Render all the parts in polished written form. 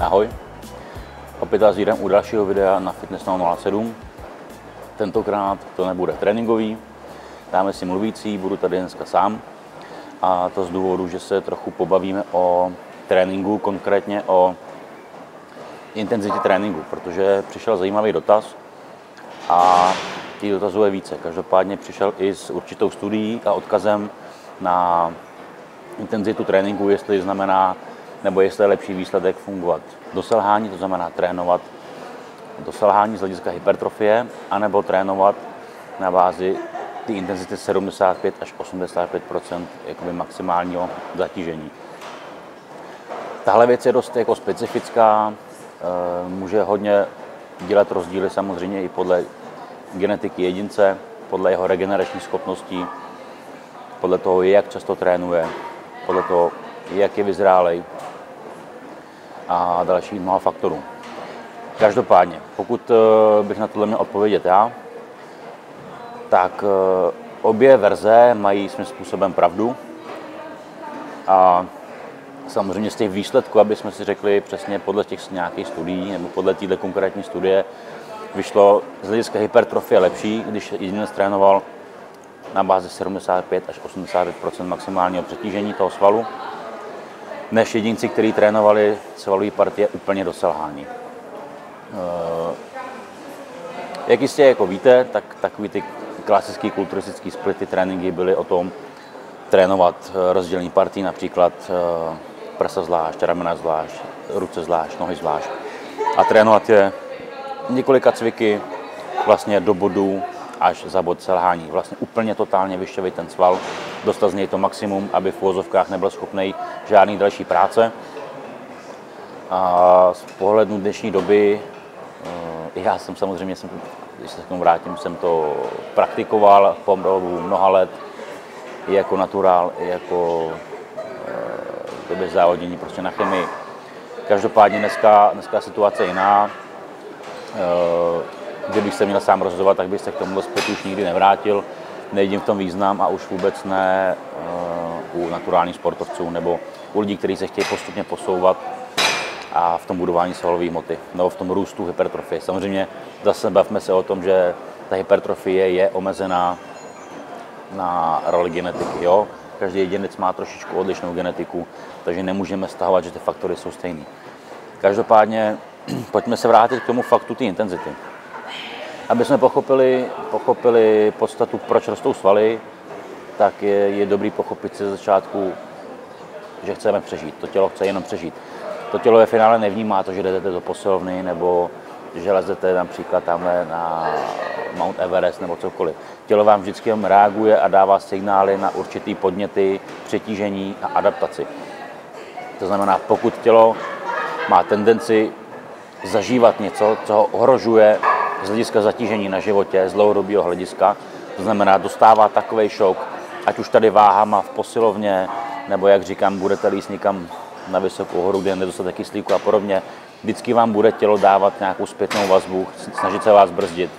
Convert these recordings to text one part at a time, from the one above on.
Ahoj, opět vás vítám u dalšího videa na Fitness Now 07. Tentokrát to nebude tréninkový, dáme si mluvící, budu tady dneska sám. A to z důvodu, že se trochu pobavíme o tréninku, konkrétně o intenzitě tréninku, protože přišel zajímavý dotaz a těch dotazů je více. Každopádně přišel i s určitou studií a odkazem na intenzitu tréninku, jestli znamená, nebo jestli je lepší výsledek fungovat do selhání, to znamená trénovat do selhání z hlediska hypertrofie, anebo trénovat na bázi ty intenzity 75 až 85 % jakoby maximálního zatížení. Tahle věc je dost jako specifická, může hodně dělat rozdíly samozřejmě i podle genetiky jedince, podle jeho regeneračních schopností, podle toho, jak často trénuje, podle toho, jak je vyzrálej a dalších mnoha faktorů. Každopádně, pokud bych na tohle měl odpovědět já, tak obě verze mají svým způsobem pravdu a samozřejmě z těch výsledků, aby jsme si řekli přesně podle těch nějakých studií nebo podle této konkrétní studie, vyšlo z hlediska hypertrofie lepší, když jedinec trénoval na bázi 75 až 85 % maximálního přetížení toho svalu, než jedinci, kteří trénovali svalové partie úplně do selhání. Jak jistě jako víte, tak takový ty klasické kulturistické splity tréninky byly o tom trénovat rozdělení partí, například prsa zvlášť, ramena zvlášť, ruce zvlášť, nohy zvlášť a trénovat je několika cviky vlastně do bodu až za bod selhání. Vlastně úplně totálně vyšťavit ten sval, dostat z něj to maximum, aby v uvozovkách nebyl schopný žádný další práce. A z pohledu dnešní doby, já jsem samozřejmě, když se k tomu vrátím, jsem to praktikoval po mnoha let, i jako naturál, i jako bez závodění prostě na chemii. Každopádně dneska situace je jiná. Kdybych se měl sám rozhodovat, tak bych se k tomu zpět už nikdy nevrátil. Nevidím v tom význam a už vůbec ne u naturálních sportovců nebo u lidí, kteří se chtějí postupně posouvat a v tom budování svalové hmoty nebo v tom růstu hypertrofie. Samozřejmě zase bavme se o tom, že ta hypertrofie je omezená na roli genetiky. Jo? Každý jedinec má trošičku odlišnou genetiku, takže nemůžeme stahovat, že ty faktory jsou stejné. Každopádně pojďme se vrátit k tomu faktu té intenzity. Aby jsme pochopili podstatu, proč rostou svaly, tak je dobrý pochopit si ze začátku, že chceme přežít. To tělo chce jenom přežít. To tělo ve finále nevnímá to, že jdete do posilovny nebo že lezete například tamhle na Mount Everest nebo cokoliv. Tělo vám vždycky reaguje a dává signály na určitý podněty, přetížení a adaptaci. To znamená, pokud tělo má tendenci zažívat něco, co ho ohrožuje z hlediska zatížení na životě, z dlouhodobého hlediska, to znamená, dostává takovej šok, ať už tady váhama v posilovně, nebo jak říkám, budete líst někam na vysokou horu, kde je nedostatek kyslíku a podobně, vždycky vám bude tělo dávat nějakou zpětnou vazbu, snažit se vás brzdit.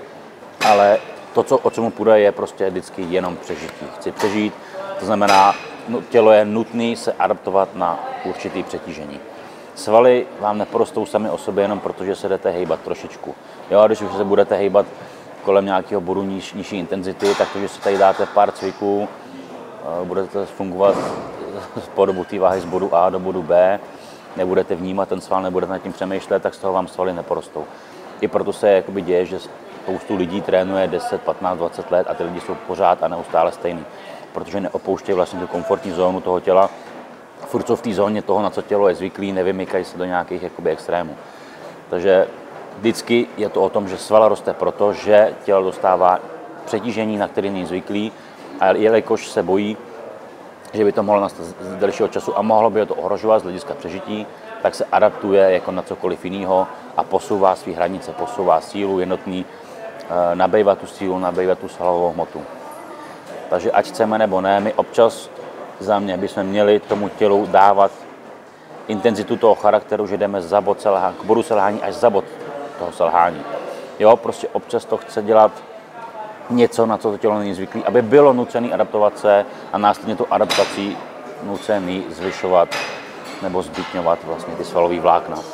Ale to, o co mu půjde, je prostě vždycky jenom přežití. Chci přežít, to znamená, tělo je nutné se adaptovat na určitý přetížení. Svaly vám neporostou sami o sobě jenom proto, že se jdete hejbat trošičku. Jo, když už se budete hejbat kolem nějakého bodu nižší intenzity, tak to, že si tady dáte pár cviků, budete fungovat po dobu té váhy z bodu A do bodu B, nebudete vnímat ten sval, nebudete nad tím přemýšlet, tak z toho vám svaly neporostou. I proto se jakoby děje, že spoustu lidí trénuje 10, 15, 20 let a ty lidi jsou pořád a neustále stejný, protože neopouštějí vlastně tu komfortní zónu toho těla, furt jsou v té zóně toho, na co tělo je zvyklý, nevymykají se do nějakých jakoby extrémů. Takže vždycky je to o tom, že sval roste proto, že tělo dostává přetížení, na který není zvyklý, a jelikož se bojí, že by to mohlo nastat z delšího času a mohlo by to ohrožovat z hlediska přežití, tak se adaptuje jako na cokoliv jiného a posouvá své hranice, posouvá sílu, je nutný nabývat tu sílu, nabývat tu svalovou hmotu. Takže ať chceme nebo ne, my občas za mě bychom měli tomu tělu dávat intenzitu toho charakteru, že jdeme za bod selhání, k bodu selhání až za bod toho selhání. Jo, prostě občas to chce dělat něco, na co to tělo není zvyklý, aby bylo nucené adaptovat se a následně tu adaptací nucený zvyšovat nebo zbytňovat vlastně ty svalové vlákna.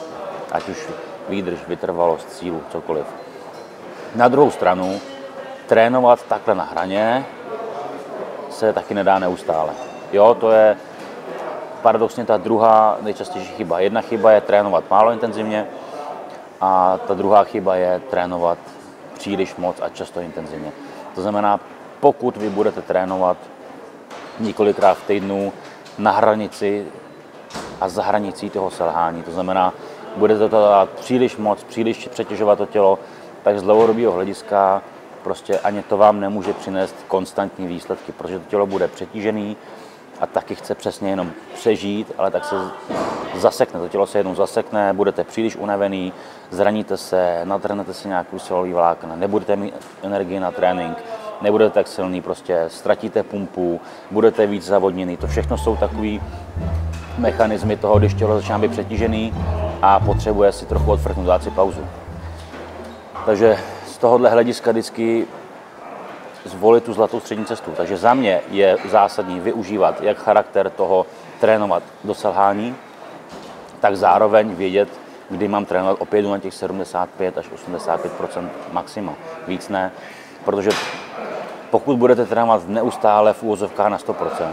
ať už výdrž, vytrvalost, sílu, cokoliv. Na druhou stranu, trénovat takhle na hraně se taky nedá neustále. Jo, to je paradoxně ta druhá nejčastější chyba. Jedna chyba je trénovat málo intenzivně a ta druhá chyba je trénovat příliš moc a často intenzivně. To znamená, pokud vy budete trénovat několikrát v týdnu na hranici a za hranicí toho selhání, to znamená, budete to dát příliš moc, příliš přetěžovat to tělo, tak z dlouhodobého hlediska prostě ani to vám nemůže přinést konstantní výsledky, protože to tělo bude přetížený a taky chce přesně jenom přežít, ale tak se zasekne, to tělo se jednou zasekne, budete příliš unavený, zraníte se, natrhnete si nějaký silový vlákna, nebudete mít energii na trénink, nebudete tak silný, prostě ztratíte pumpu, budete víc zavodněný, to všechno jsou takový mechanismy toho, když tělo začíná být přetížený a potřebuje si trochu odfrknout, dát si pauzu. Takže z tohohle hlediska vždycky zvolit tu zlatou střední cestu. Takže za mě je zásadní využívat jak charakter toho trénovat do selhání, tak zároveň vědět, kdy mám trénovat, opět na těch 75 až 85% maxima, víc ne, protože pokud budete trénovat neustále v úvozovkách na 100%,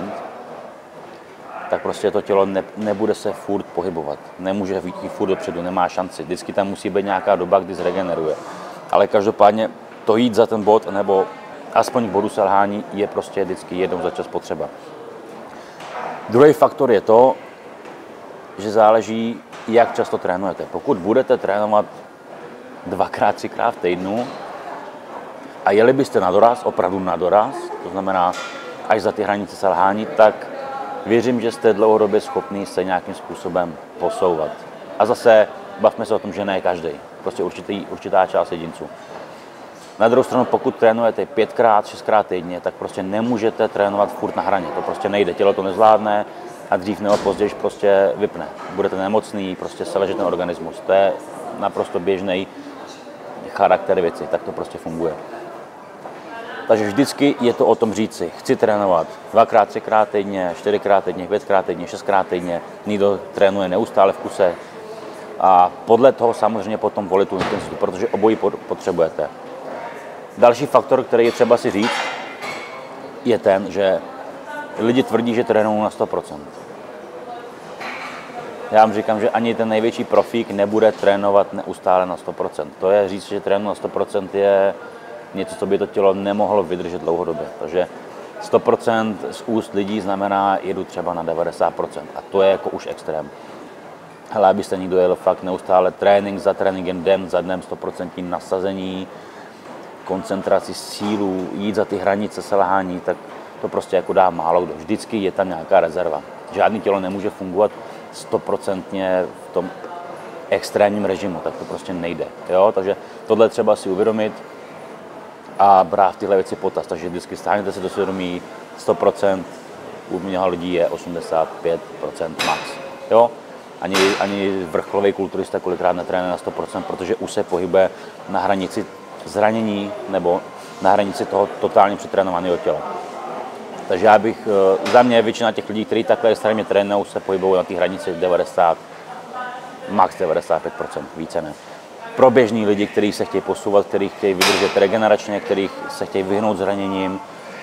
tak prostě to tělo nebude se furt pohybovat, nemůže jít furt dopředu, nemá šanci, vždycky tam musí být nějaká doba, kdy zregeneruje. Ale každopádně to jít za ten bod, nebo aspoň k bodu selhání, je prostě vždycky jednou za čas potřeba. Druhý faktor je to, že záleží, jak často trénujete. Pokud budete trénovat 2x, 3x v týdnu a jeli byste na doraz, opravdu na doraz, to znamená až za ty hranice selhání, tak věřím, že jste dlouhodobě schopný se nějakým způsobem posouvat. A zase bavme se o tom, že ne každý, prostě určitá část jedinců. Na druhou stranu, pokud trénujete 5x, 6x týdně, tak prostě nemůžete trénovat furt na hraně. To prostě nejde, tělo to nezvládne a dřív nebo později prostě vypne. Budete nemocný, prostě selže ten organismus. To je naprosto běžný charakter věci, tak to prostě funguje. Takže vždycky je to o tom říci, chci trénovat 2x, 3x týdně, 4x týdně, 5x týdně, 6x týdně, někdo trénuje neustále v kuse a podle toho samozřejmě potom volit tu intenzitu, protože obojí potřebujete. Další faktor, který je třeba si říct, je ten, že lidi tvrdí, že trénují na 100%. Já vám říkám, že ani ten největší profík nebude trénovat neustále na 100%. To je říct, že trénu na 100% je něco, co by to tělo nemohlo vydržet dlouhodobě. Takže 100% z úst lidí znamená, jedu třeba na 90%. A to je jako už extrém. Ale abyste někdo jel fakt neustále trénink za tréninkem, den za dnem, 100% nasazení, koncentraci, sílu, jít za ty hranice selhání, tak to prostě jako dá málo kdo. Vždycky je tam nějaká rezerva. Žádný tělo nemůže fungovat 100% v tom extrémním režimu, tak to prostě nejde. Jo? Takže tohle třeba si uvědomit a brát tyhle věci potaz. Takže vždycky stáhněte se do svědomí, 100% u mnoha lidí je 85% max. Jo? Ani vrcholový kulturista kolikrát netrénuje na 100%, protože už se pohybuje na hranici zranění nebo na hranici toho totálně přetrénovaného těla. Takže já bych, za mě většina těch lidí, kteří takhle extrémně trénují, se pohybují na té hranici 90, max 95%, více ne. Pro běžní lidi, kteří se chtějí posouvat, kteří chtějí vydržet regeneračně, kteří se chtějí vyhnout zraněním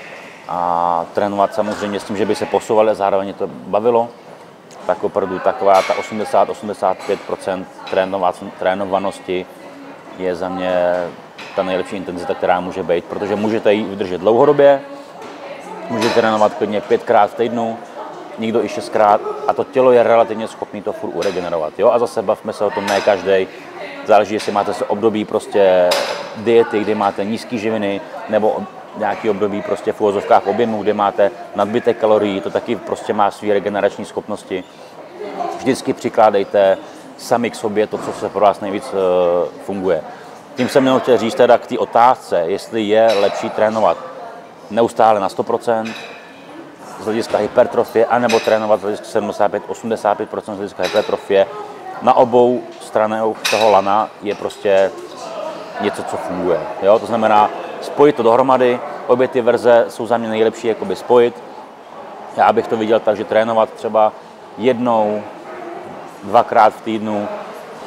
a trénovat samozřejmě s tím, že by se posouvali a zároveň to bavilo, tak opravdu taková ta 80-85% trénovanosti je za mě ta nejlepší intenzita, která může být, protože můžete ji vydržet dlouhodobě, můžete trénovat klidně 5x v týdnu, někdo i 6x a to tělo je relativně schopné to furt uregenerovat. Jo? A zase bavme se o tom, ne každý. Záleží, jestli máte se období prostě diety, kdy máte nízké živiny, nebo nějaký období prostě v uvozovkách objemů, kde máte nadbytek kalorií, to taky prostě má své regenerační schopnosti. Vždycky přikládejte sami k sobě to, co se pro vás nejvíc funguje. Tím jsem měl chtěl říct teda k té otázce, jestli je lepší trénovat neustále na 100% z hlediska hypertrofie, anebo trénovat z hlediska 75-85% z hlediska hypertrofie. Na obou stranách toho lana je prostě něco, co funguje. Jo? To znamená spojit to dohromady, obě ty verze jsou za mě nejlepší jakoby spojit. Já bych to viděl tak, že trénovat třeba jednou, 2x v týdnu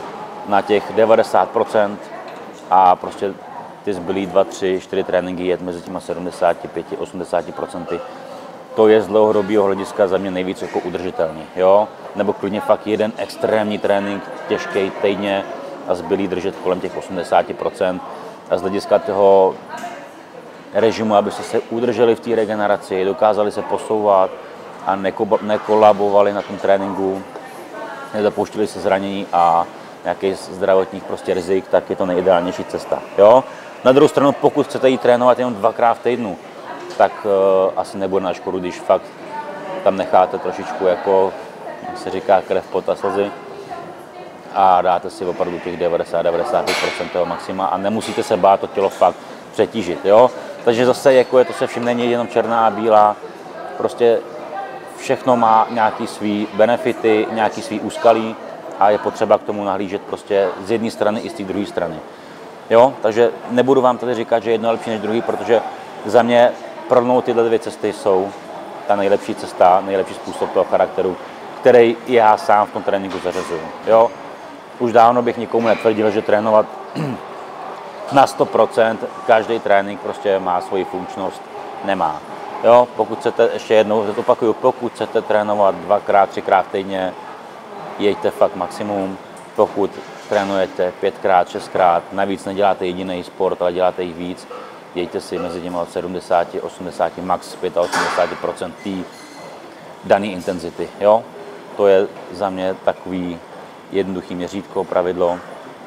na těch 90% a prostě ty zbylý 2, 3, 4 tréninky jet mezi těma 75-80%. To je z dlouhodobého hlediska za mě nejvíc jako udržitelný, jo? Nebo klidně fakt jeden extrémní trénink, těžký týdně a zbylý držet kolem těch 80%. A z hlediska toho režimu, abyste se udrželi v té regeneraci, dokázali se posouvat a nekolabovali na tom tréninku, nezapouštili se zranění a nějakých zdravotních prostě rizik, tak je to nejideálnější cesta, jo? Na druhou stranu, pokud chcete jít trénovat jenom 2krát v týdnu, tak asi nebude na škodu, když fakt tam necháte trošičku, jako se říká, krev, pot a slzy a dáte si opravdu těch 90-95% toho maxima a nemusíte se bát to tělo fakt přetížit, jo? Takže zase, jako je to se vším není jenom černá a bílá, prostě všechno má nějaký svý benefity, nějaký svý úskalí a je potřeba k tomu nahlížet prostě z jedné strany i z té druhé strany. Jo? Takže nebudu vám tady říkat, že jedno je lepší než druhý, protože za mě prolnout tyhle dvě cesty jsou ta nejlepší cesta, nejlepší způsob toho charakteru, který já sám v tom tréninku zařazuju. Jo? Už dávno bych nikomu netvrdil, že trénovat na 100%, každý trénink prostě má svoji funkčnost, nemá. Jo? Pokud chcete, ještě jednou opakuju, pokud chcete trénovat 2krát, 3krát týdně, jeďte fakt maximum. Pokud trénujete 5krát, 6krát, navíc neděláte jediný sport, ale děláte jich víc, jeďte si mezi těmi od 70, 80, max 85% té dané intenzity. Jo? To je za mě takový jednoduchý měřítko, pravidlo.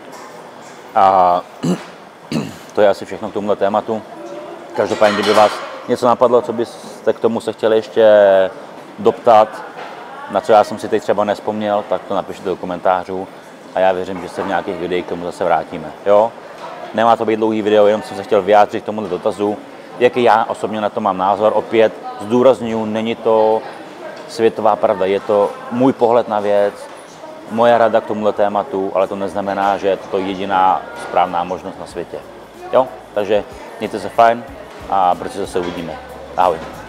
A to je asi všechno k tomuhle tématu. Každopádně, kdyby vás něco napadlo, co byste k tomu se chtěli ještě doptat, na co já jsem si teď třeba nespomněl, tak to napište do komentářů a já věřím, že se v nějakých videích k tomu zase vrátíme. Jo? Nemá to být dlouhý video, jenom jsem se chtěl vyjádřit k tomuhle dotazu, jaký já osobně na to mám názor. Opět zdůrazňuji, není to světová pravda, je to můj pohled na věc, moje rada k tomuhle tématu, ale to neznamená, že je to jediná správná možnost na světě. Jo? Takže mějte se fajn a brzy zase uvidíme. Ahoj.